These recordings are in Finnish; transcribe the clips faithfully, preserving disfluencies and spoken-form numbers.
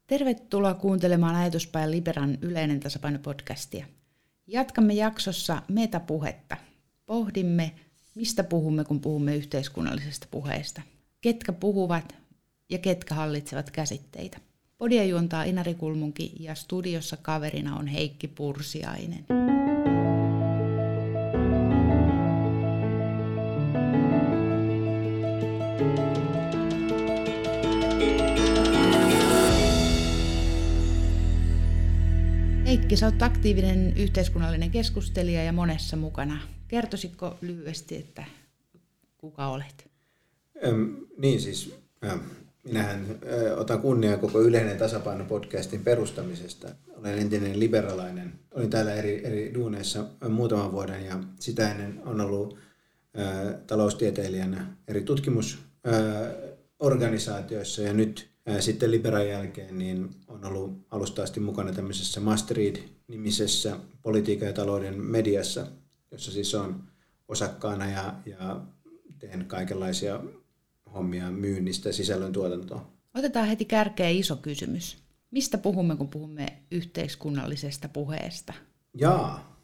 Tervetuloa kuuntelemaan Ajatuspajan Liberan yleinen tasapaino-podcastia. Jatkamme jaksossa metapuhetta. Pohdimme, mistä puhumme, kun puhumme yhteiskunnallisesta puheesta. Ketkä puhuvat ja ketkä hallitsevat käsitteitä. Podia juontaa Inari Kulmunki ja studiossa kaverina on Heikki Pursiainen. Heikki, sä oot aktiivinen yhteiskunnallinen keskustelija ja monessa mukana. Kertoisitko lyhyesti, että kuka olet? Ähm, niin siis, äh, minähän äh, otan kunniaa koko Yleinen tasapaino-podcastin perustamisesta. Olen entinen liberalainen. Olin täällä eri, eri duuneissa muutaman vuoden ja sitä ennen on ollut äh, taloustieteilijänä eri tutkimusorganisaatioissa ja nyt sitten Liberan jälkeen niin on ollut alusta asti mukana tämmöisessä Must Read-nimisessä politiikan ja talouden mediassa, jossa siis on osakkaana ja, ja teen kaikenlaisia hommia myynnistä sisällöntuotantoon. Otetaan heti kärkeen iso kysymys. Mistä puhumme, kun puhumme yhteiskunnallisesta puheesta? Jaa.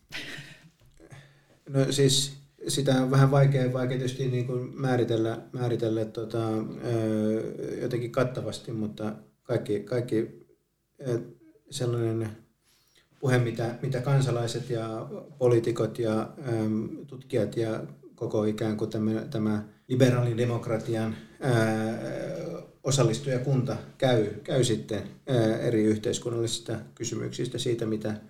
No siis sitä on vähän vaikea, vaikea tietysti niin kuin määritellä, määritellä tota, jotenkin kattavasti, mutta kaikki, kaikki sellainen puhe, mitä, mitä kansalaiset ja poliitikot ja tutkijat ja koko ikään kuin tämä, tämä liberaalin demokratian ää, osallistujakunta käy, käy sitten ää, eri yhteiskunnallisista kysymyksistä siitä, mitä ää,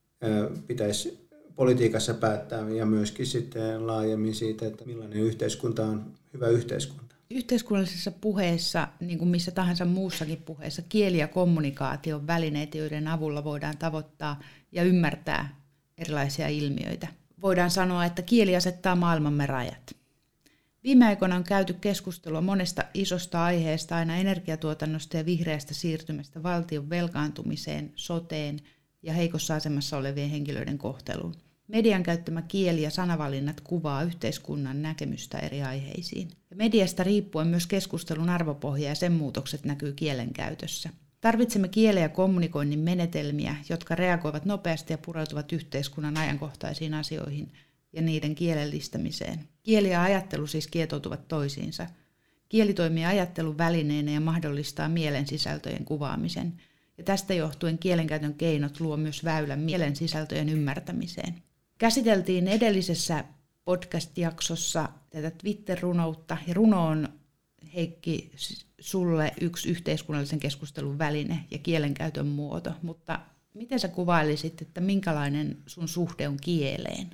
pitäisi politiikassa päättää ja myöskin sitten laajemmin siitä, että millainen yhteiskunta on hyvä yhteiskunta. Yhteiskunnallisessa puheessa, niin kuin missä tahansa muussakin puheessa, kieli ja kommunikaatio on välineitä, joiden avulla voidaan tavoittaa ja ymmärtää erilaisia ilmiöitä. Voidaan sanoa, että kieli asettaa maailmamme rajat. Viime aikoina on käyty keskustelua monesta isosta aiheesta, aina energiatuotannosta ja vihreästä siirtymästä valtion velkaantumiseen, soteen ja heikossa asemassa olevien henkilöiden kohteluun. Median käyttämä kieli ja sanavalinnat kuvaa yhteiskunnan näkemystä eri aiheisiin. Ja mediasta riippuen myös keskustelun arvopohja ja sen muutokset näkyy kielen käytössä. Tarvitsemme kielen ja kommunikoinnin menetelmiä, jotka reagoivat nopeasti ja pureutuvat yhteiskunnan ajankohtaisiin asioihin ja niiden kielellistämiseen. Kieli ja ajattelu siis kietoutuvat toisiinsa. Kieli toimii ajattelun välineenä ja mahdollistaa mielen sisältöjen kuvaamisen. Ja tästä johtuen kielenkäytön keinot luo myös väylän mielen sisältöjen ymmärtämiseen. Käsiteltiin edellisessä podcast-jaksossa tätä Twitter-runoutta, ja runo on, Heikki, sulle yksi yhteiskunnallisen keskustelun väline ja kielenkäytön muoto, mutta miten sä kuvailisit, että minkälainen sun suhde on kieleen?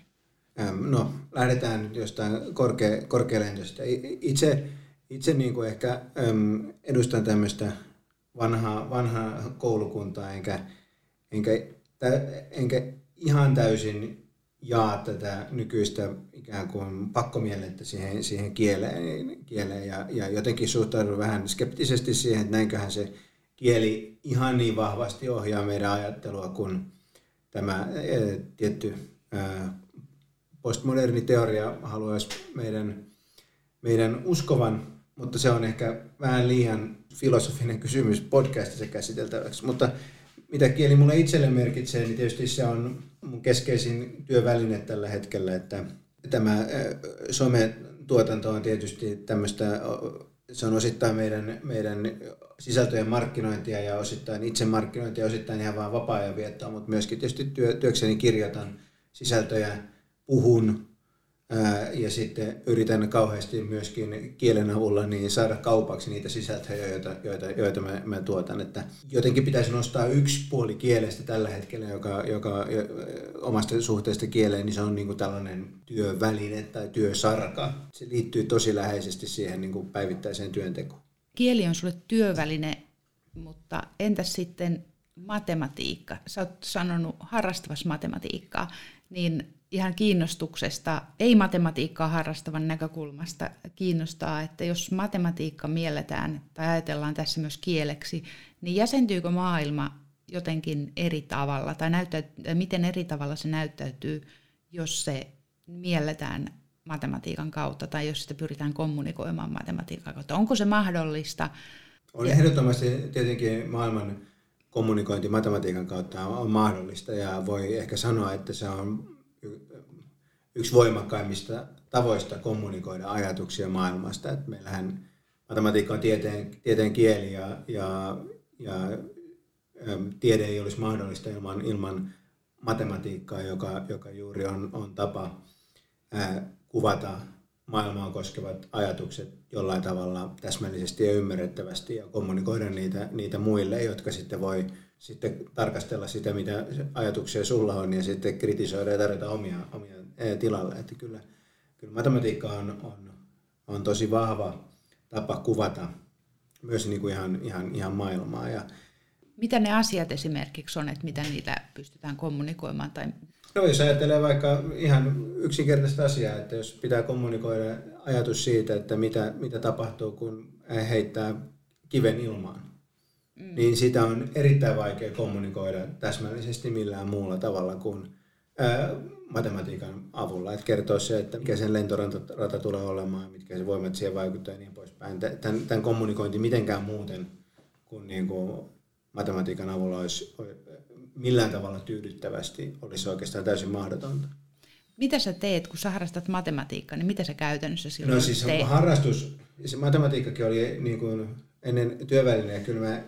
No, lähdetään nyt jostain korkea, korkealentoisesta. Itse, itse niin kuin ehkä äm, edustan tämmöistä vanhaa, vanhaa koulukuntaa, enkä, enkä, tä, enkä ihan täysin jaa tätä nykyistä ikään kuin pakkomielettä siihen, siihen kieleen, kieleen ja, ja jotenkin suhtaudun vähän skeptisesti siihen, että näinköhän se kieli ihan niin vahvasti ohjaa meidän ajattelua, kun tämä ää, tietty ää, postmoderni teoria haluaisi meidän, meidän uskovan, mutta se on ehkä vähän liian filosofinen kysymys podcastissa käsiteltäväksi. Mutta mitä kieli mulle itselle merkitsee, niin tietysti se on mun keskeisin työväline tällä hetkellä, että tämä sometuotanto on tietysti tämmöistä, se on osittain meidän, meidän sisältöjen markkinointia ja osittain itsemarkkinointia ja osittain ihan vaan vapaa-ajan viettoa, mutta myöskin tietysti työ, työkseni kirjoitan sisältöjä, puhun ja sitten yritän kauheasti myöskin kielen avulla niin saada kaupaksi niitä sisältöjä, joita, joita, joita mä, mä tuotan. Että jotenkin pitäisi nostaa yksi puoli kielestä tällä hetkellä, joka, joka omasta suhteesta kieleen, niin se on niin kuin tällainen työväline tai työsarka. Se liittyy tosi läheisesti siihen niin kuin päivittäiseen työntekoon. Kieli on sulle työväline, mutta entäs sitten matematiikka? Sä oot sanonut harrastavas matematiikkaa, niin ihan kiinnostuksesta, ei matematiikkaa harrastavan näkökulmasta kiinnostaa, että jos matematiikka mielletään tai ajatellaan tässä myös kieleksi, niin jäsentyykö maailma jotenkin eri tavalla tai näyttää, miten eri tavalla se näyttäytyy, jos se mielletään matematiikan kautta tai jos sitä pyritään kommunikoimaan matematiikan kautta. Onko se mahdollista? On ehdottomasti tietenkin maailman kommunikointi matematiikan kautta on mahdollista ja voi ehkä sanoa, että se on yksi voimakkaimmista tavoista kommunikoida ajatuksia maailmasta. Että meillähän matematiikka on tieteen, tieteen kieli ja, ja, ja tiede ei olisi mahdollista ilman, ilman matematiikkaa, joka, joka juuri on, on tapa ää, kuvata maailmaa koskevat ajatukset jollain tavalla täsmällisesti ja ymmärrettävästi ja kommunikoida niitä, niitä muille, jotka sitten voi sitten tarkastella sitä, mitä ajatuksia sulla on ja sitten kritisoida ja tarjota omia, omia tilalle. Että kyllä, kyllä matematiikka on, on, on tosi vahva tapa kuvata myös niin kuin ihan, ihan, ihan maailmaa. Ja mitä ne asiat esimerkiksi on, että miten niitä pystytään kommunikoimaan? Tai no jos ajattelee vaikka ihan yksinkertaista asiaa, että jos pitää kommunikoida ajatus siitä, että mitä, mitä tapahtuu, kun heittää kiven ilmaan, mm. niin sitä on erittäin vaikea kommunikoida täsmällisesti millään muulla tavalla kuin ää, matematiikan avulla. Että kertoo se, että mikä sen lentorata tulee olemaan, mitkä se voimat siihen vaikuttaa ja niin poispäin. Tämän, tämän kommunikointi mitenkään muuten kuin, niin kuin matematiikan avulla olisi millään tavalla tyydyttävästi, olisi oikeastaan täysin mahdotonta. Mitä sä teet, kun sä harrastat matematiikkaa, niin mitä sä käytännössä silloin No siis teet? Harrastus, se matematiikkakin oli niin kuin ennen työväline, ja kyllä mä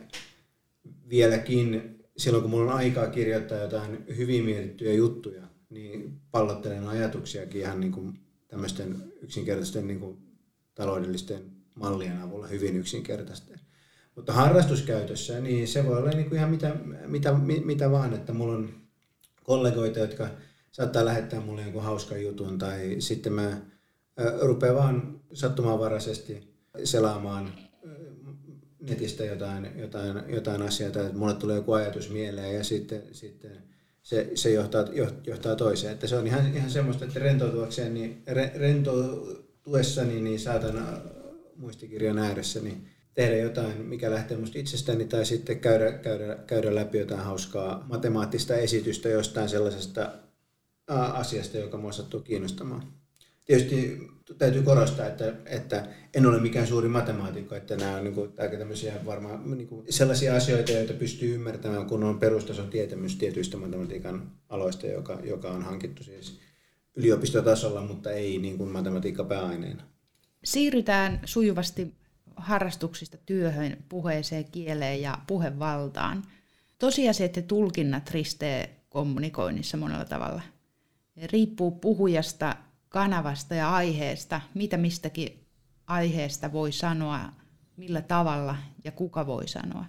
vieläkin, silloin kun mulla on aikaa kirjoittaa jotain hyvin mietittyjä juttuja, niin pallottelen ajatuksiakin ihan niin kuin tämmöisten yksinkertaisten niin kuin taloudellisten mallien avulla, hyvin yksinkertaisten. Mutta harrastuskäytössä, niin se voi olla niin kuin ihan mitä, mitä, mitä vaan, että mulla on kollegoita, jotka saattaa lähettää mulle jonkun hauskan jutun, tai sitten mä rupean vaan sattumanvaraisesti selaamaan netistä jotain, jotain, jotain asiaa, että mulle tulee joku ajatus mieleen, ja sitten, sitten se, se johtaa, johtaa toiseen. Että se on ihan, ihan semmoista, että rentoutuakseen, niin, re, rentoutuessani niin saatan muistikirjan ääressä, niin tehdä jotain, mikä lähtee musta itsestäni, tai sitten käydä, käydä, käydä läpi jotain hauskaa matemaattista esitystä jostain sellaisesta asiasta, joka mua sattuu kiinnostamaan. Tietysti täytyy korostaa, että, että en ole mikään suuri matemaatikko, että nämä on niin kuin, tämmöisiä varmaan niin kuin sellaisia asioita, joita pystyy ymmärtämään, kun on perustason tietämys tietyistä matematiikan aloista, joka, joka on hankittu siis yliopistotasolla, mutta ei niin kuin matematiikka pääaineena. Siirrytään sujuvasti harrastuksista työhön, puheeseen, kieleen ja puhevaltaan. Tosiasiat ja tulkinnat ristee kommunikoinnissa monella tavalla. Riippuu puhujasta, kanavasta ja aiheesta, mitä mistäkin aiheesta voi sanoa, millä tavalla ja kuka voi sanoa.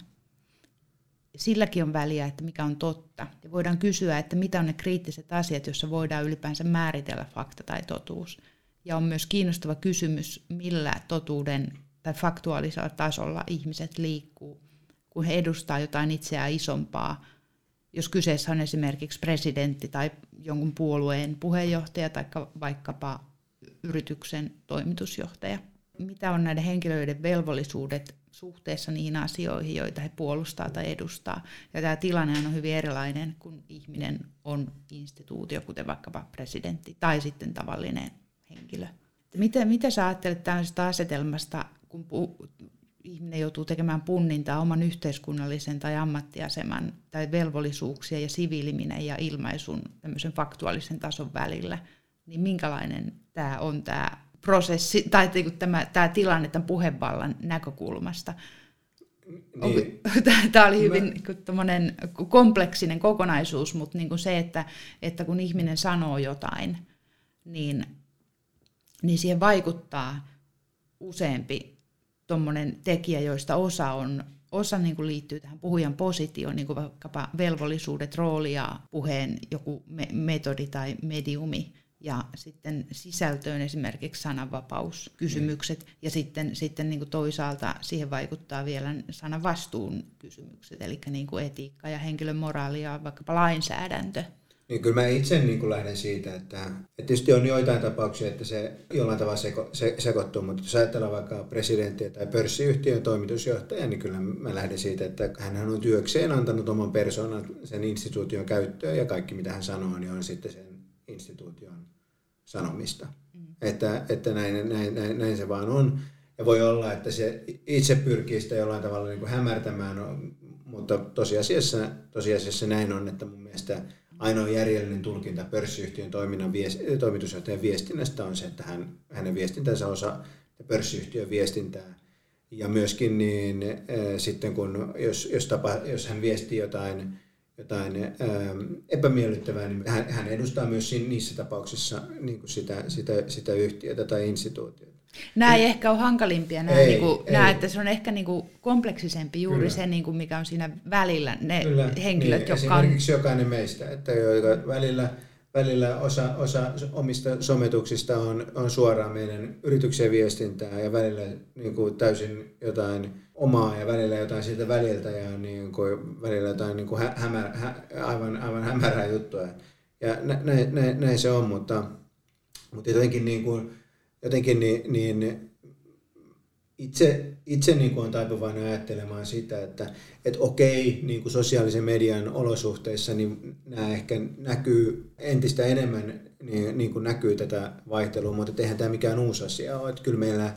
Silläkin on väliä, että mikä on totta. Ja voidaan kysyä, että mitä on ne kriittiset asiat, joissa voidaan ylipäänsä määritellä fakta tai totuus. Ja on myös kiinnostava kysymys, millä totuuden tai faktuaalisella tasolla ihmiset liikkuu, kun he edustaa jotain itseään isompaa. Jos kyseessä on esimerkiksi presidentti tai jonkun puolueen puheenjohtaja tai vaikkapa yrityksen toimitusjohtaja. Mitä on näiden henkilöiden velvollisuudet suhteessa niihin asioihin, joita he puolustaa tai edustaa. Ja tämä tilanne on hyvin erilainen, kun ihminen on instituutio, kuten vaikkapa presidentti tai sitten tavallinen henkilö. Mitä, mitä sä ajattelet tämmöisestä asetelmasta, kun pu- ihminen joutuu tekemään punnintaa oman yhteiskunnallisen tai ammattiaseman tai velvollisuuksien ja siviiliminen ja ilmaisun tämmöisen faktuaalisen tason välillä, niin minkälainen tämä on tämä prosessi tai tämä, tämä tilanne tämän puhevallan näkökulmasta? Niin. Tämä oli hyvin Mä... kompleksinen kokonaisuus, mutta niin kuin se, että, että kun ihminen sanoo jotain, niin, niin siihen vaikuttaa useampi tuommoinen tekijä, joista osa, on, osa niin kuin liittyy tähän puhujan positioon, niin kuin vaikkapa velvollisuudet, rooli ja puheen joku me- metodi tai mediumi, ja sitten sisältöön esimerkiksi sananvapauskysymykset, mm. ja sitten, sitten niin kuin toisaalta siihen vaikuttaa vielä sananvastuun kysymykset, eli niin kuin etiikka ja henkilön moraali ja vaikkapa lainsäädäntö. Niin kyllä mä itse niin kuin lähden siitä, että, että tietysti on joitain tapauksia, että se jollain tavalla seko, se, sekoittuu, mutta jos ajatellaan vaikka presidenttiä tai pörssiyhtiön toimitusjohtaja, niin kyllä mä lähden siitä, että hän on työkseen antanut oman persoonan sen instituution käyttöön ja kaikki mitä hän sanoo, niin on sitten sen instituution sanomista. Mm. Että, että näin, näin, näin, näin se vaan on. Ja voi olla, että se itse pyrkii sitä jollain tavalla niin kuin hämärtämään mutta tosiasiassa, tosiasiassa näin on, että mun mielestä ainoa järjellinen tulkinta pörssiyhtiön toiminnan viest, toimitusjohtajan viestinnästä on se, että hän, hänen viestintänsä osa pörssiyhtiön viestintää. Ja myöskin niin, äh, sitten kun, jos, jos, tapa, jos hän viestii jotain, jotain äh, epämiellyttävää, niin hän, hän edustaa myös niissä tapauksissa niin kuin sitä, sitä, sitä yhtiötä tai instituutiota. Nämä ei, ei ehkä ole hankalimpia, nämä, ei, niin kuin, ei. nämä, että se on ehkä niin kuin kompleksisempi juuri Kyllä. se, niin kuin mikä on siinä välillä, ne Kyllä. henkilöt, niin, jotka on... Esimerkiksi jokainen meistä, että välillä, välillä osa, osa omista sometuksista on, on suoraan meidän yrityksen viestintää ja välillä niin kuin täysin jotain omaa ja välillä jotain siltä väliltä ja niin kuin, välillä jotain niin kuin hä, hämär, hä, aivan, aivan hämärää juttua. Ja näin, näin, näin se on, mutta, mutta jotenkin niin kuin Jotenkin niin, niin itse, itse niin kuin on taipuvainen ajattelemaan sitä, että et okei, niin kuin sosiaalisen median olosuhteissa niin nämä ehkä näkyy entistä enemmän, niin, niin kuin näkyy tätä vaihtelua, mutta eihän tämä mikään uusi asia ole. Että kyllä meillä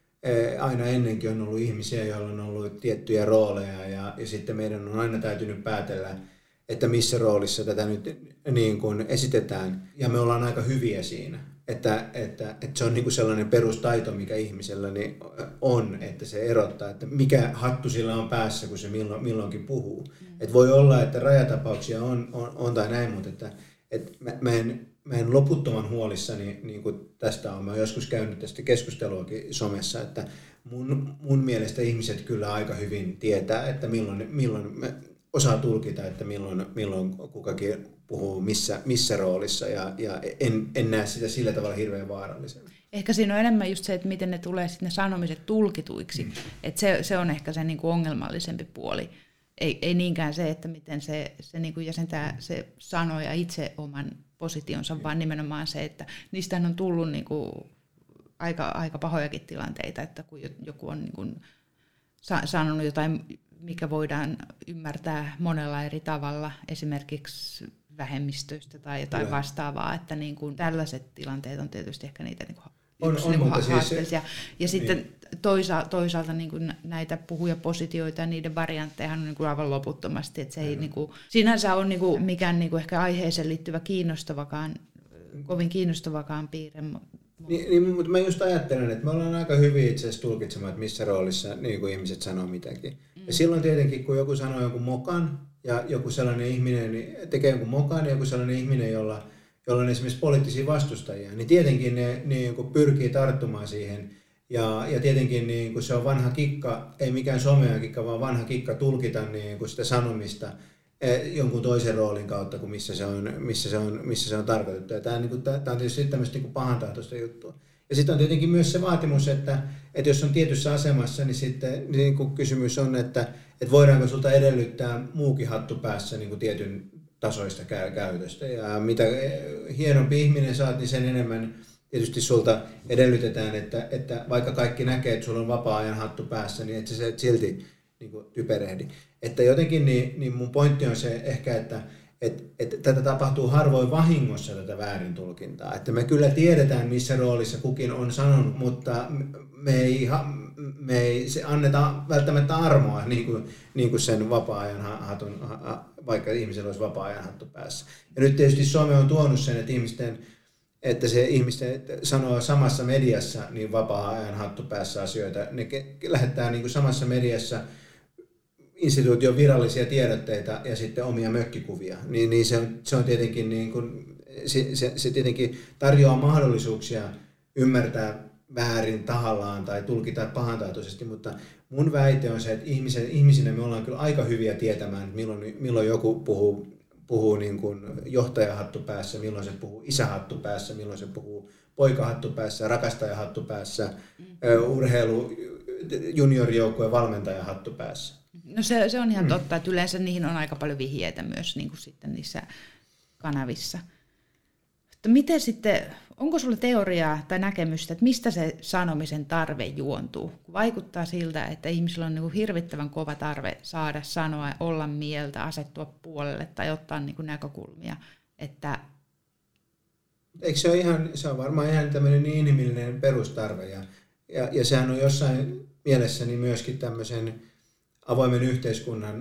aina ennenkin on ollut ihmisiä, joilla on ollut tiettyjä rooleja ja, ja sitten meidän on aina täytynyt päätellä, että missä roolissa tätä nyt niin kuin esitetään ja me ollaan aika hyviä siinä. Että, että, että se on niinku sellainen perustaito, mikä ihmisellä niin on, että se erottaa, että mikä hattu sillä on päässä, kun se milloin, milloinkin puhuu. Mm. Et voi olla, että rajatapauksia on, on, on tai näin, mutta että, että mä, mä, en, mä en loputtoman huolissani niin kuin tästä on. Mä oon joskus käynyt tästä keskusteluakin somessa, että mun, mun mielestä ihmiset kyllä aika hyvin tietää, että milloin, milloin mä osaa tulkita, että milloin, milloin kukakin puhuu missä, missä roolissa ja, ja en, en näe sitä sillä tavalla hirveän vaarallisena. Ehkä siinä on enemmän just se, että miten ne tulee sitten ne sanomiset tulkituiksi. Mm. Että se, se on ehkä se niinku ongelmallisempi puoli. Ei, ei niinkään se, että miten se, se niinku jäsentää se sanoja itse oman positionsa, mm. vaan nimenomaan se, että niistähän on tullut niinku aika, aika pahojakin tilanteita, että kun joku on niinku sanonut jotain, mikä voidaan ymmärtää monella eri tavalla, esimerkiksi vähemmistöistä tai jotain Kyllä. vastaavaa, että niin kuin tällaiset tilanteet on tietysti ehkä niitä niin kuin on, on, niin haasteellisia. Siis, ja niin. sitten toisa, toisaalta niin kuin näitä puhujapositioita ja niiden variantteja on niin kuin aivan loputtomasti, että se ei niin kuin, sinänsä ole niin kuin mikään niin kuin ehkä aiheeseen liittyvä kiinnostavakaan, kovin kiinnostavakaan piirre. Niin, niin, mutta mä just ajattelen, että me ollaan aika hyvin itse asiassa tulkitsemaan, että missä roolissa niin kuin ihmiset sanoo mitäkin. Mm. Ja silloin tietenkin, kun joku sanoo jonkun mokan, ja joku sellainen ihminen niin tekee jonkun mokan, ja joku sellainen ihminen, jolla, jolla on esimerkiksi poliittisia vastustajia, niin tietenkin ne niin kuin pyrkii tarttumaan siihen. Ja, ja tietenkin niin kuin se on vanha kikka, ei mikään somea kikka, vaan vanha kikka tulkita niin kuin sitä sanomista jonkun toisen roolin kautta kuin missä se on, missä se on, missä se on tarkoitettu. Ja tämä, niin kuin, tämä on tietysti tämmöistä niin kuin pahantahtoista juttua. Ja sitten on tietenkin myös se vaatimus, että, että jos on tietyssä asemassa, niin sitten niin kuin kysymys on, että, että voidaanko sulta edellyttää muukin hattu päässä niin kuin tietyn tasoista käytöstä. Ja mitä hienompi ihminen saat, niin sen enemmän tietysti sulta edellytetään, että, että vaikka kaikki näkee, että sulla on vapaa-ajan hattu päässä, niin et sä silti niin kuin typerehdi. Että jotenkin niin, niin mun pointti on se ehkä, että et, et tätä tapahtuu harvoin vahingossa tätä väärintulkintaa. Että me kyllä tiedetään, missä roolissa kukin on sanonut, mutta me ei, me ei se anneta välttämättä armoa niin kuin, niin kuin sen vapaa-ajan hatun, vaikka ihmisellä olisi vapaa-ajan hattu päässä. Ja nyt tietysti some on tuonut sen, että ihmisten että se ihmisten sanoo samassa mediassa niin vapaa-ajan hattu päässä asioita. Ne lähettää niin kuin samassa mediassa instituution virallisia tiedotteita ja sitten omia mökkikuvia. Niin, niin se, on, se on tietenkin niin kuin, se, se, se tietenkin tarjoaa mahdollisuuksia ymmärtää väärin tahallaan tai tulkita pahantahtoisesti, mutta mun väite on se, että ihmisen, ihmisinä me ollaan kyllä aika hyviä tietämään, että milloin, milloin joku puhuu puhuu niin kuin johtajahattu päässä, milloin se puhuu isähattu päässä, milloin se puhuu poikahattu päässä, rakastajahattu päässä, mm. urheilu, juniorijoukkueen valmentajahattu päässä. No se, se on ihan mm. totta, että yleensä niihin on aika paljon vihjeitä myös niin kuin sitten niissä kanavissa. Mutta miten sitten, onko sulla teoriaa tai näkemystä, että mistä se sanomisen tarve juontuu? Vaikuttaa siltä, että ihmisillä on niin kuin hirvittävän kova tarve saada sanoa, olla mieltä, asettua puolelle tai ottaa niin kuin näkökulmia. Että... Eikö se ole ihan, se on varmaan ihan tämmöinen niin inhimillinen perustarve ja, ja, ja sehän on jossain mielessäni myöskin tämmöisen avoimen yhteiskunnan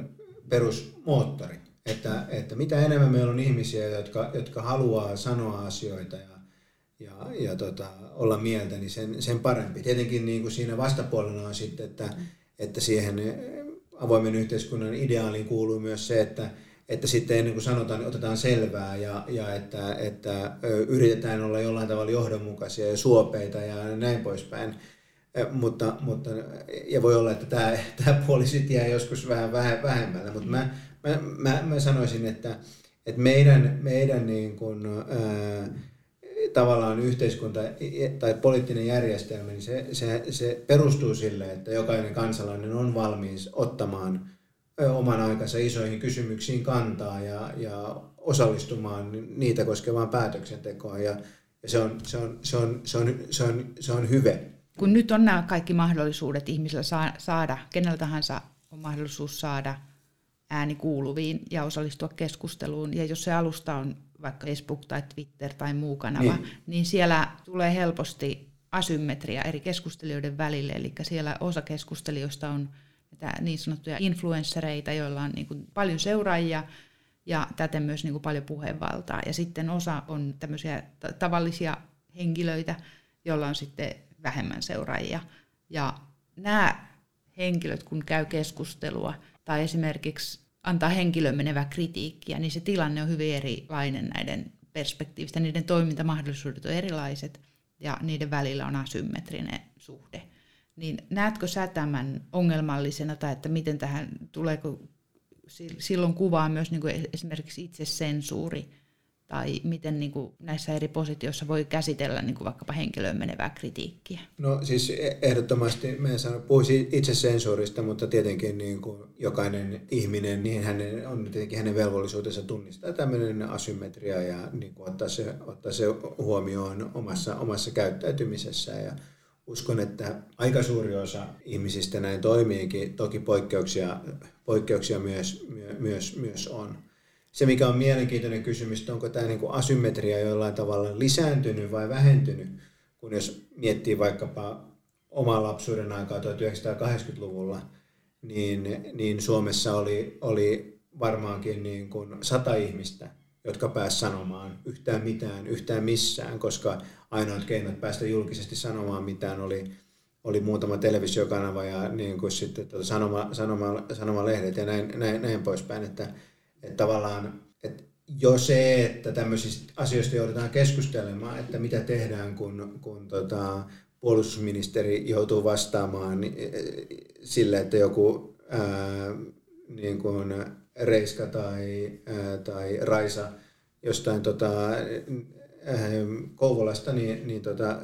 perusmoottori. Että, että mitä enemmän meillä on ihmisiä, jotka, jotka haluaa sanoa asioita ja, ja, ja tota, olla mieltä, niin sen, sen parempi. Tietenkin niin kuin siinä vastapuolella on sitten, että, että siihen avoimen yhteiskunnan ideaaliin kuuluu myös se, että, että sitten ennen kuin sanotaan, niin otetaan selvää ja, ja että, että yritetään olla jollain tavalla johdonmukaisia ja suopeita ja näin poispäin. Mutta, mutta, ja voi olla, että tämä, tämä puoli sitten jää joskus vähän vähemmällä, mutta mä, mä, mä, mä sanoisin, että, että meidän, meidän niin kuin, ää, tavallaan yhteiskunta tai poliittinen järjestelmä, niin se, se, se perustuu sille, että jokainen kansalainen on valmis ottamaan oman aikansa isoihin kysymyksiin kantaa ja, ja osallistumaan niitä koskevaan päätöksentekoon, ja, ja se, on, se, on, se, on, se, on, se, on, se on hyve. Kun nyt on nämä kaikki mahdollisuudet ihmisillä saada, kenellä tahansa on mahdollisuus saada ääni kuuluviin ja osallistua keskusteluun, ja jos se alusta on vaikka Facebook tai Twitter tai muu kanava, niin, niin siellä tulee helposti asymmetria eri keskustelijoiden välille, eli siellä osa keskustelijoista on niin sanottuja influenssereita, joilla on niin kuin paljon seuraajia ja täten myös niin kuin paljon puhevaltaa, ja sitten osa on tämmöisiä tavallisia henkilöitä, joilla on sitten vähemmän seuraajia. Ja nämä henkilöt, kun käy keskustelua tai esimerkiksi antaa henkilöön menevää kritiikkiä, niin se tilanne on hyvin erilainen näiden perspektiivistä. Niiden toimintamahdollisuudet on erilaiset ja niiden välillä on asymmetrinen suhde. Niin näetkö sä tämän ongelmallisena, tai että miten tähän tuleeko silloin kuvaa myös niin kuin esimerkiksi itsesensuuri, tai miten niin kuin näissä eri positioissa voi käsitellä niin kuin vaikkapa henkilöön menevää kritiikkiä? No siis ehdottomasti, mä en sano, puhuisin itsesensuurista, mutta tietenkin niin kuin jokainen ihminen, niin hänen, on tietenkin hänen velvollisuutensa tunnistaa tämmöinen asymmetria ja niin kuin ottaa, se, ottaa se huomioon omassa, omassa käyttäytymisessään. Ja uskon, että aika suuri osa ihmisistä näin toimiikin, toki poikkeuksia, poikkeuksia myös, myös, myös on. Se, mikä on mielenkiintoinen kysymys, että onko tämä niin kuin asymmetria jollain tavalla lisääntynyt vai vähentynyt, kun jos miettii vaikkapa omaa lapsuuden aikaa tuhatyhdeksänsataakahdeksankymmentäluvulla, niin, niin Suomessa oli, oli varmaankin niin kuin sata ihmistä, jotka pääsivät sanomaan yhtään mitään, yhtään missään, koska ainoat keinot päästä julkisesti sanomaan mitään oli, oli muutama televisiokanava ja niin kuin sitten tuota sanoma, sanoma, sanomalehdet ja näin, näin, näin poispäin. Että, että tavallaan että jo se, että tämmöisistä asioista joudutaan keskustelemaan, että mitä tehdään, kun, kun tota, puolustusministeri joutuu vastaamaan niin, sille, että joku ää, niin kuin Reiska tai, ää, tai Raisa jostain tota, ää, Kouvolasta niin, niin tota,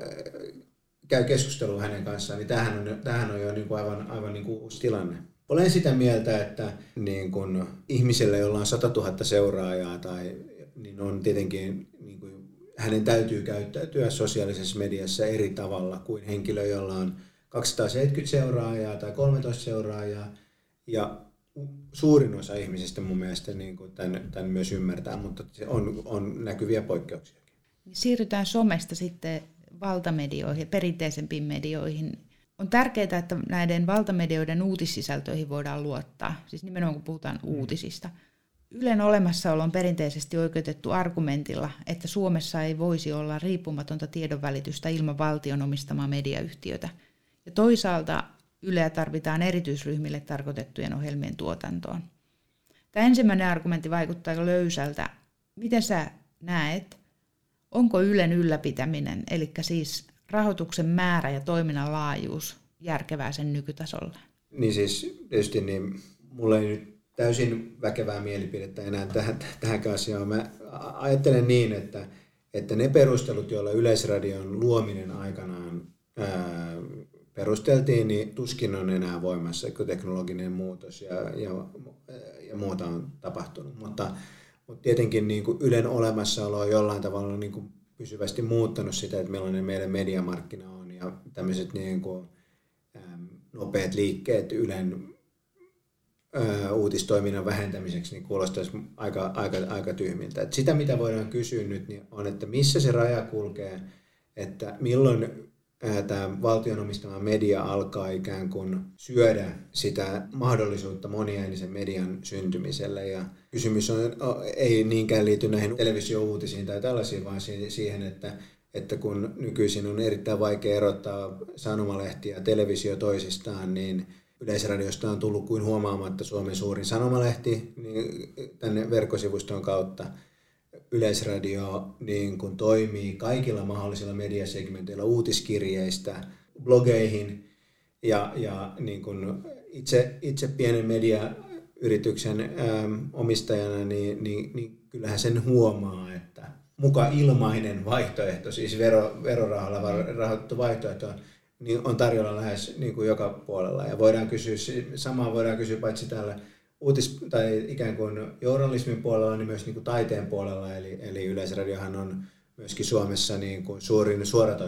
käy keskustelua hänen kanssaan, niin tämähän on, tämähän on jo niin kuin aivan, aivan niin kuin uusi tilanne. Olen sitä mieltä, että niin kun ihmiselle, jolla on sata tuhatta seuraajaa, tai, niin on tietenkin, niin kun, hänen täytyy käyttäytyä sosiaalisessa mediassa eri tavalla kuin henkilö, jolla on kaksisataaseitsemänkymmentä seuraajaa tai kolmetoista seuraajaa. Ja suurin osa ihmisistä mun mielestä niin kun tämän, tämän myös ymmärtää, mutta se on, on näkyviä poikkeuksia. Siirrytään somesta sitten valtamedioihin, perinteisempiin medioihin. On tärkeää, että näiden valtamedioiden uutissisältöihin voidaan luottaa, siis nimenomaan kun puhutaan uutisista. Ylen olemassaolo on perinteisesti oikeutettu argumentilla, että Suomessa ei voisi olla riippumatonta tiedonvälitystä ilman valtion omistamaa mediayhtiötä. Ja toisaalta Yleä tarvitaan erityisryhmille tarkoitettujen ohjelmien tuotantoon. Tämä ensimmäinen argumentti vaikuttaa löysältä. Miten sä näet, onko Ylen ylläpitäminen, eli siis rahoituksen määrä ja toiminnan laajuus järkevää sen nykytasolla? Niin siis tietysti niin, mulla ei nyt täysin väkevää mielipidettä enää tähän, tähänkään asiaan. Mä ajattelen niin, että, että ne perustelut, joilla Yleisradion luominen aikanaan ää, perusteltiin, niin tuskin on enää voimassa, kun teknologinen muutos ja, ja, ja muuta on tapahtunut. Mutta, mutta tietenkin niin kuin Ylen olemassaolo on jollain tavalla niin kuin pysyvästi muuttanut sitä, että millainen meidän mediamarkkina on, ja tämmöiset niin kuin, äm, nopeat liikkeet Ylen ää, uutistoiminnan vähentämiseksi niin kuulostaisi aika, aika, aika tyhmiltä. Et sitä, mitä voidaan kysyä nyt, niin on, että missä se raja kulkee, että milloin tämä valtion omistama media alkaa ikään kuin syödä sitä mahdollisuutta moniäänisen median syntymiselle. Ja kysymys on, ei niinkään liity näihin televisio-uutisiin tai tällaisiin, vaan siihen, että, että kun nykyisin on erittäin vaikea erottaa sanomalehti ja televisio toisistaan, niin Yleisradiosta on tullut kuin huomaamatta Suomen suurin sanomalehti niin tänne verkkosivuston kautta. Yleisradio niin kun toimii kaikilla mahdollisilla mediasegmenteillä uutiskirjeistä blogeihin ja, ja niin kun itse, itse pienen mediayrityksen ähm, omistajana, niin, niin, niin kyllähän sen huomaa, että muka ilmainen vaihtoehto, siis vero, verorahalla rahoitettu vaihtoehto, niin on tarjolla lähes niin kuin joka puolella. Ja voidaan kysyä, samaa voidaan kysyä paitsi täällä uutis- tai ikään kuin journalismin puolella, niin myös niin kuin taiteen puolella. Eli, eli Yleisradiohan on myöskin Suomessa niin kuin suurin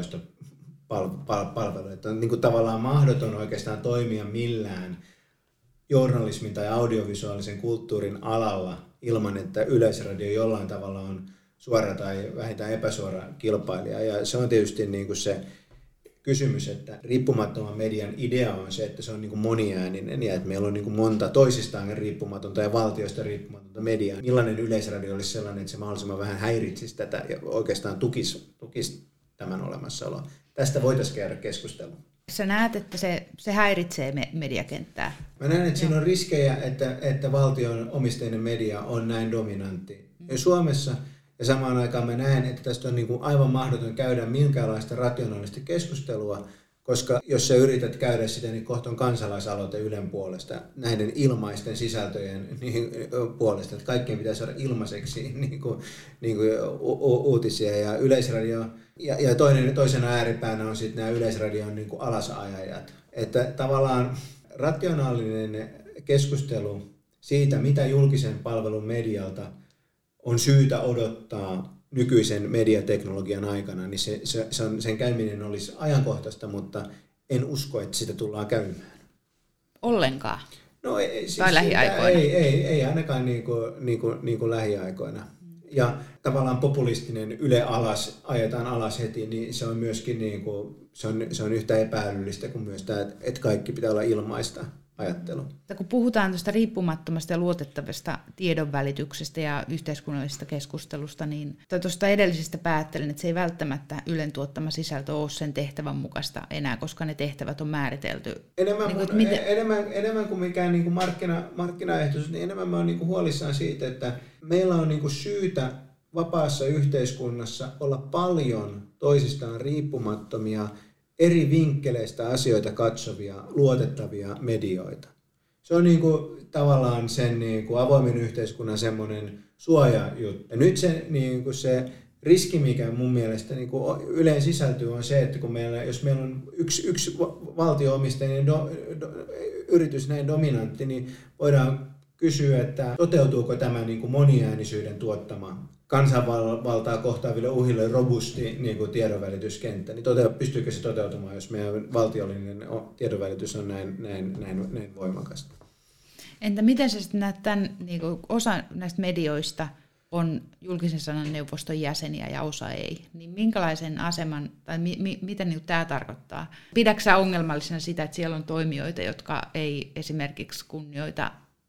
suoratoistopalvelu. Että on niin kuin tavallaan mahdoton oikeastaan toimia millään journalismin tai audiovisuaalisen kulttuurin alalla ilman, että Yleisradio jollain tavalla on suora tai vähintään epäsuora kilpailija. Ja se on tietysti niin kuin se kysymys, että riippumattoman median idea on se, että se on niin kuin moniääninen ja että meillä on niin kuin monta toisistaan riippumatonta ja valtioista riippumatonta mediaa. Millainen Yleisradio olisi sellainen, että se mahdollisimman vähän häiritsisi tätä ja oikeastaan tukisi, tukisi tämän olemassaoloa. Tästä voitaisiin käydä keskustelua. Sä näet, että se, se häiritsee me, mediakenttää? Mä näen, että siinä on riskejä, että, että valtion omisteinen media on näin dominantti. Ja Suomessa ja samaan aikaan mä näen, että tästä on niin kuin aivan mahdoton käydä minkäänlaista rationaalista keskustelua, koska jos sä yrität käydä sitä, niin kohta on kansalaisaloite Ylen puolesta, näiden ilmaisten sisältöjen niin, puolesta, että kaikkien pitää saada ilmaiseksi niin kuin, niin kuin u- uutisia ja Yleisradio. Ja, ja toinen, toisena ääripäänä on sitten nämä Yleisradion niin kuin alasajajat. Että tavallaan rationaalinen keskustelu siitä, mitä julkisen palvelun medialta on syytä odottaa nykyisen mediateknologian aikana, niin se, se, se on, sen käyminen olisi ajankohtaista, mutta en usko, että sitä tullaan käymään. Ollenkaan? No ei, siis tai lähiaikoina? Ei, ei, ei ainakaan niin kuin, niin kuin, niin kuin lähiaikoina. Ja tavallaan populistinen Yle alas, ajetaan alas heti, niin se on myöskin niin kuin, se on, se on yhtä epä-älyllistä kuin myös tämä, että kaikki pitää olla ilmaista ajattelu. Kun puhutaan tuosta riippumattomasta ja luotettavasta tiedonvälityksestä ja yhteiskunnallisesta keskustelusta, niin tuosta edellisestä päättelin, että se ei välttämättä Ylen tuottama sisältö ole sen tehtävän mukaista enää, koska ne tehtävät on määritelty. Enemmän, niin kuin, kuin, miten... enemmän, enemmän kuin mikään niin kuin markkina, markkinaehtoisuus, niin enemmän mä oon niin kuin huolissaan siitä, että meillä on niin kuin syytä vapaassa yhteiskunnassa olla paljon toisistaan riippumattomia eri vinkkeleistä asioita katsovia, luotettavia medioita. Se on niin kuin, tavallaan sen niin kuin avoimen yhteiskunnan semmoinen suojajuttu. Ja nyt se, niin kuin se riski, mikä mun mielestä niin kuin Yleen sisältyy, on se, että kun meillä, jos meillä on yksi, yksi valtio-omisteinen do, do, yritys näin dominantti, niin voidaan kysyä, että toteutuuko tämä niin kuin moniäänisyyden tuottama kansanvaltaa kohtaaville uhille robusti niin kuin tiedonvälityskenttä, niin tote, pystyykö se toteutumaan, jos meidän valtiollinen tiedonvälitys on näin, näin, näin, näin voimakasta? Entä miten sä sitten näet tämän, niin kuin osa näistä medioista on julkisen sanan neuvoston jäseniä ja osa ei, niin minkälaisen aseman, tai mi, mi, mitä niin tämä tarkoittaa? Pidätkö sä ongelmallisena sitä, että siellä on toimijoita, jotka ei esimerkiksi kunnioita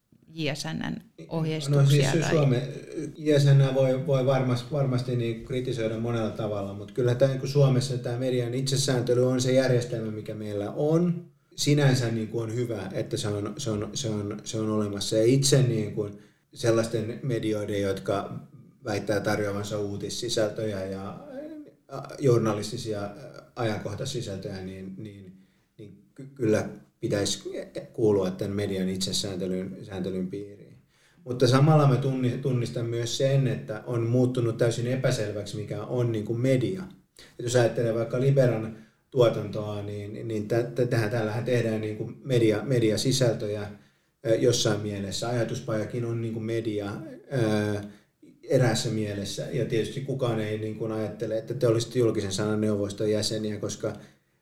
J S N:n ohjeistuksia? No siis tai... Suomen J S N voi, voi varmasti, varmasti niin kritisoida monella tavalla, mutta kyllä tämä, niin Suomessa tämä median itsesääntely on se järjestelmä, mikä meillä on. Sinänsä niin kuin on hyvä, että se on, se on, se on, se on olemassa. Ja itse niin kuin sellaisten medioiden, jotka väittää tarjoavansa uutissisältöjä ja journalistisia ajankohtaisisältöjä, niin, niin, niin kyllä pitäisi kuulua tämän median itsesääntelyn sääntelyn piiriin. Mutta samalla mä tunnistan myös sen, että on muuttunut täysin epäselväksi, mikä on niin kuin media. Et jos ajattelee vaikka Liberan tuotantoa, niin, niin tähän tällähän tehdään niin kuin media, mediasisältöjä jossain mielessä. Ajatuspajakin on niin kuin media ää, eräässä mielessä. Ja tietysti kukaan ei niin kuin ajattele, että te olisitte julkisen sanan neuvoston jäseniä, koska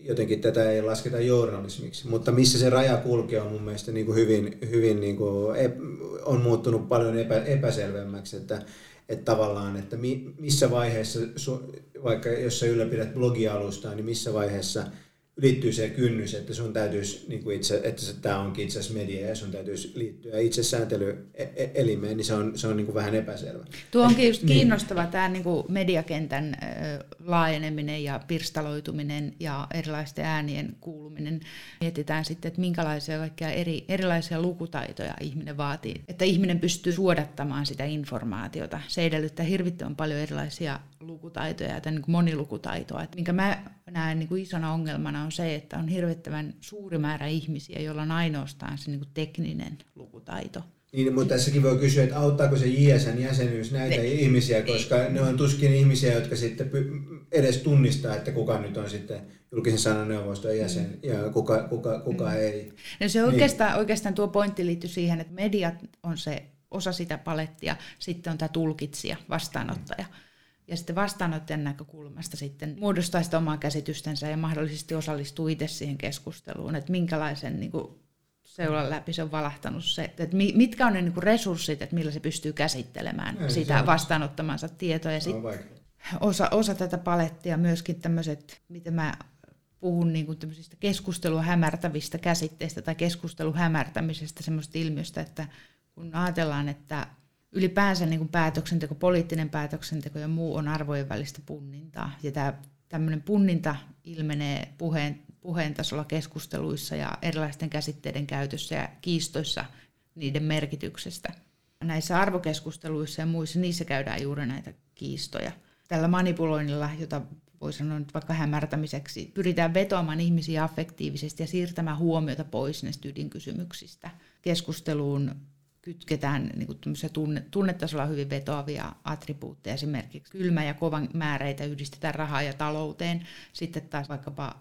jotenkin tätä ei lasketa journalismiksi, mutta missä se raja kulkee on mun mielestä niin kuin hyvin, hyvin niin kuin on muuttunut paljon epä, epäselvemmäksi, että, että tavallaan, että mi, missä vaiheessa, vaikka jos sä ylläpidät blogialustaa, niin missä vaiheessa ylittyy se kynnys, että sun täytyisi, niin kuin itse, että tämä onkin itse asiassa media ja sun täytyisi liittyä itsesääntely-elimeen, niin se on, se on niin kuin vähän epäselvä. Tuo onkin just kiinnostava niin. Tämä niin kuin mediakentän laajeneminen ja pirstaloituminen ja erilaisten äänien kuuluminen. Mietitään sitten, että minkälaisia kaikkia eri, erilaisia lukutaitoja ihminen vaatii, että ihminen pystyy suodattamaan sitä informaatiota. Se edellyttää hirvittävän paljon erilaisia lukutaitoja tai niin kuin monilukutaitoa. Että minkä mä näen niin kuin isona ongelmana on se, että on hirvittävän suuri määrä ihmisiä, joilla on ainoastaan se niin kuin tekninen lukutaito. Niin, mutta tässäkin voi kysyä, että auttaako se J S N-jäsenyys näitä ne, ihmisiä, koska ne, ne on tuskin ihmisiä, jotka sitten edes tunnistaa, että kuka nyt on sitten julkisen sanan neuvoston jäsen mm. ja kuka, kuka, kuka mm. ei. No se oikeastaan, niin. oikeastaan tuo pointti liittyy siihen, että mediat on se osa sitä palettia, sitten on tämä tulkitsija, vastaanottaja. Mm. Ja sitten vastaanottajan näkökulmasta sitten muodostaa sitä omaa käsitystensä ja mahdollisesti osallistuu itse siihen keskusteluun, että minkälaisen niin kuin seulan läpi se on valahtanut se, että mitkä on ne niin kuin resurssit, että millä se pystyy käsittelemään Ei, sitä vastaanottamansa tietoa. Ja sit osa, osa tätä palettia myöskin tämmöiset, miten mä puhun niin kuin tämmöisistä keskustelua hämärtävistä käsitteistä tai keskustelun hämärtämisestä, semmoista ilmiöstä, että kun ajatellaan, että ylipäänsä niin kuin päätöksenteko, poliittinen päätöksenteko ja muu on arvojen välistä punnintaa. Ja tämä tämmöinen punninta ilmenee puheen, puheen tasolla keskusteluissa ja erilaisten käsitteiden käytössä ja kiistoissa niiden merkityksestä. Näissä arvokeskusteluissa ja muissa, niissä käydään juuri näitä kiistoja. Tällä manipuloinnilla, jota voi sanoa nyt vaikka hämärtämiseksi, pyritään vetoamaan ihmisiä affektiivisesti ja siirtämään huomiota pois näistä ydinkysymyksistä. Keskusteluun kytketään niin kuin tunne, tunnetasolla hyvin vetoavia attribuutteja, esimerkiksi kylmä ja kovan määreitä yhdistetään rahaan ja talouteen, sitten taas vaikkapa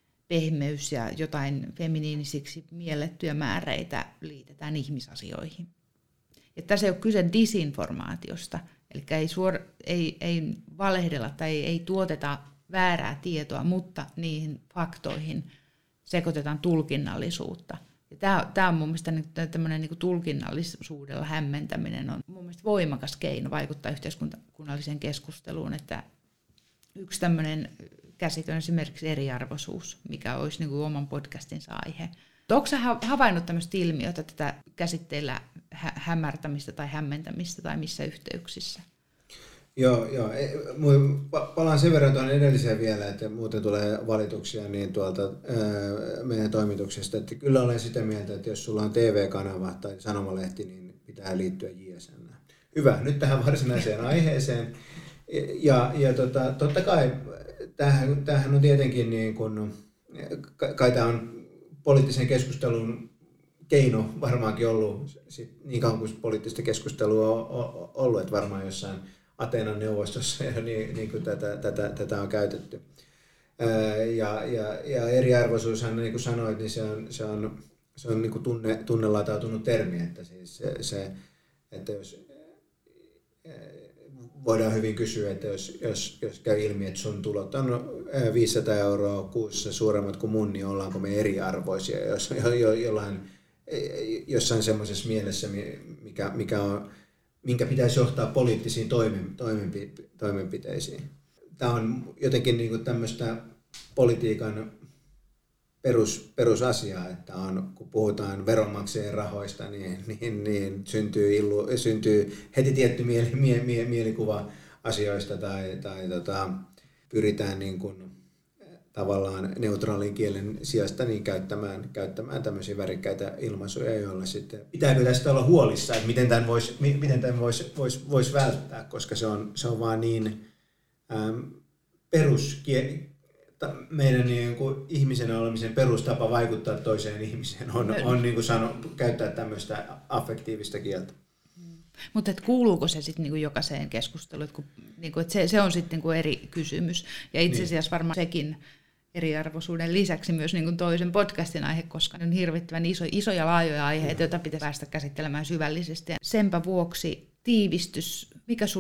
pehmeys ja jotain feminiinisiksi miellettyjä määreitä liitetään ihmisasioihin. Ja tässä ei ole kyse disinformaatiosta, eli ei, suor, ei, ei valehdella tai ei, ei tuoteta väärää tietoa, mutta niihin faktoihin sekoitetaan tulkinnallisuutta. Tämä, tämä on mun mielestä tämmöinen niin kuin tulkinnallisuudella hämmentäminen on mun mielestä voimakas keino vaikuttaa yhteiskunnalliseen keskusteluun, että yksi tämmöinen käsite on esimerkiksi eriarvoisuus, mikä olisi niin kuin oman podcastinsa aihe. Onko sä havainnut tämmöistä ilmiötä, tätä käsitteellä hä- hämärtämistä tai hämmentämistä tai missä yhteyksissä? Joo, joo. Palaan sen verran tuonne edelliseen vielä, että muuten tulee valituksia niin tuolta ää, meidän toimituksesta, että kyllä olen sitä mieltä, että jos sulla on T V-kanava tai sanomalehti, niin pitää liittyä J S N. Hyvä, nyt tähän varsinaiseen aiheeseen. Ja, ja tota, totta kai tämähän, tämähän on tietenkin niin kuin, kai tämä on poliittisen keskustelun keino varmaankin ollut, sit, niin kauan kuin poliittista keskustelua on ollut, että varmaan jossain Ateenan neuvostossa ja niin, niin kuin tätä, tätä, tätä on käytetty. Ja, ja, ja eriarvoisuushan, niin kuin sanoit, niin se on, se on, se on niin kuin tunne, tunnelatautunut termi, että, siis se, se, että jos, voidaan hyvin kysyä, että jos, jos, jos käy ilmi, että sun tulot on viisisataa euroa kuussa suuremmat kuin mun, niin ollaanko me eriarvoisia jos, jo, jo, jollain, jossain semmoisessa mielessä, mikä, mikä on minkä pitäisi johtaa poliittisiin toimenpiteisiin. Tämä on jotenkin niin kuin tämmöistä politiikan perus, perusasiaa, että on, kun puhutaan veronmaksajien rahoista, niin, niin, niin syntyy, illu, syntyy heti tietty mieli, mie, mie, mielikuva asioista tai, tai tota, pyritään niin kuin tavallaan neutraalin kielen sijasta niin käyttämään, käyttämään tämmöisiä värikkäitä ilmaisuja, joilla sitten pitääkö tästä olla huolissa, että miten tämän voisi miten tämän voisi, voisi, voisi välttää, koska se on, se on vaan niin ähm, perus, meidän niin kuin ihmisenä olemisen perustapa vaikuttaa toiseen ihmiseen on, on niin kuin sano, käyttää tämmöistä affektiivista kieltä. Mutta kuuluuko se sitten niinku jokaiseen keskusteluun, että niinku, et se, se on sitten niinku eri kysymys. Ja itse asiassa varmaan sekin eriarvoisuuden lisäksi myös niinku toisen podcastin aihe, koska ne on hirvittävän iso, isoja laajoja aiheita, joita pitäisi päästä käsittelemään syvällisesti. Ja senpä vuoksi tiivistys, mikä sun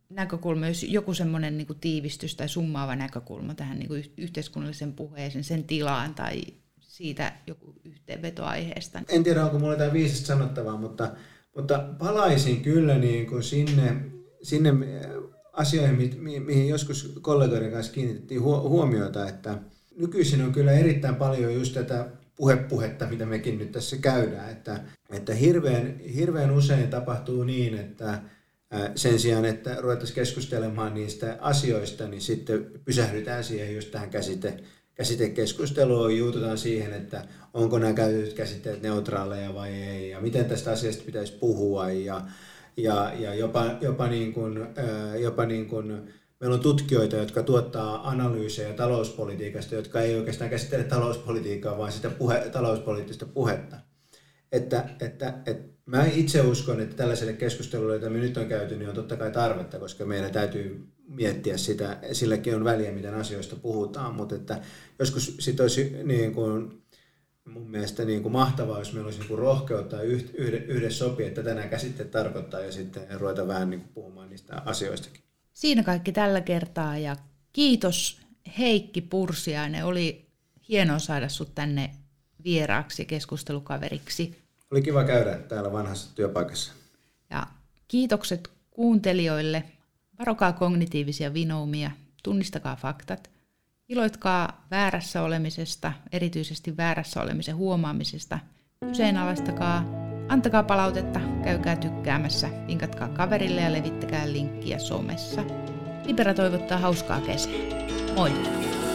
näkökulma, jos joku semmoinen niin kuin tiivistys tai summaava näkökulma tähän niin kuin yhteiskunnallisen puheeseen, sen tilaan tai siitä joku yhteenveto aiheesta. En tiedä, onko mulla jotain viisasta sanottavaa, mutta, mutta palaisin kyllä niin kuin sinne, sinne asioihin, mi- mihin joskus kollegoiden kanssa kiinnitettiin huomiota, että nykyisin on kyllä erittäin paljon just tätä puhepuhetta, mitä mekin nyt tässä käydään, että, että hirveän, hirveän usein tapahtuu niin, että sen sijaan, että ruvettaisiin keskustelemaan niistä asioista, niin sitten pysähdytään siihen just tähän käsite, käsitekeskusteluun, juututaan siihen, että onko nämä käytetyt käsitteet neutraaleja vai ei, ja miten tästä asiasta pitäisi puhua, ja, ja, ja jopa, jopa, niin kuin, jopa niin kuin, meillä on tutkijoita, jotka tuottaa analyysejä talouspolitiikasta, jotka ei oikeastaan käsittele talouspolitiikkaa, vaan sitä puhe, talouspoliittista puhetta. Että, että, että mä itse uskon, että tällaiselle keskustelulle, jota me nyt on käyty, niin on totta kai tarvetta, koska meidän täytyy miettiä sitä, silläkin on väliä, miten asioista puhutaan, mutta että joskus sit olisi niin kuin, mun mielestä niin kuin mahtavaa, jos meillä olisi niin kuin rohkeutta yhdessä sopia, että tänään käsitteet tarkoittaa ja sitten ruveta vähän niin kuin puhumaan niistä asioistakin. Siinä kaikki tällä kertaa ja kiitos Heikki Pursiainen, oli hienoa saada sut tänne vieraaksi keskustelukaveriksi. Oli kiva käydä täällä vanhassa työpaikassa. Ja kiitokset kuuntelijoille. Varokaa kognitiivisia vinoumia, tunnistakaa faktat, iloitkaa väärässä olemisesta, erityisesti väärässä olemisen huomaamisesta, kyseenalaistakaa, antakaa palautetta, käykää tykkäämässä, vinkatkaa kaverille ja levittäkää linkkiä somessa. Libera toivottaa hauskaa kesää. Moi!